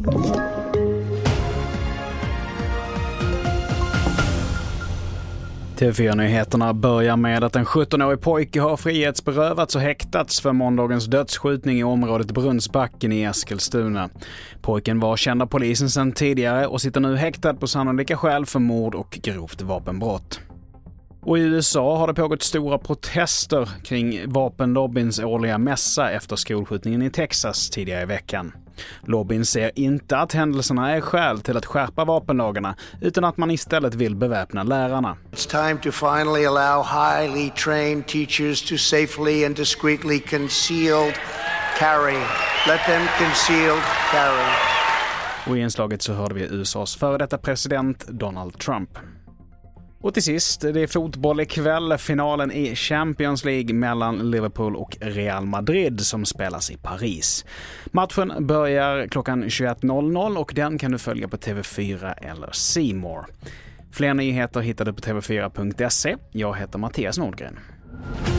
TV4-nyheterna börjar med att en 17-årig pojke har frihetsberövats och häktats för måndagens dödsskjutning i området Brunnsbacken i Eskilstuna. Pojken var känd av polisen sedan tidigare och sitter nu häktad på sannolika skäl för mord och grovt vapenbrott. Och i USA har det pågått stora protester kring vapenlobbyns årliga mässa efter skolskjutningen i Texas tidigare i veckan. Lobbyn ser inte att händelserna är skäl till att skärpa vapenlagarna utan att man istället vill beväpna lärarna. It's time to finally allow highly trained teachers to safely and discreetly concealed carry. Let them concealed carry. Och i inslaget så hörde vi USAs före detta president Donald Trump. Och till sist, det är fotboll ikväll, finalen i Champions League mellan Liverpool och Real Madrid som spelas i Paris. Matchen börjar klockan 21.00 och den kan du följa på TV4 eller C More. Fler nyheter hittar du på tv4.se. Jag heter Mattias Nordgren.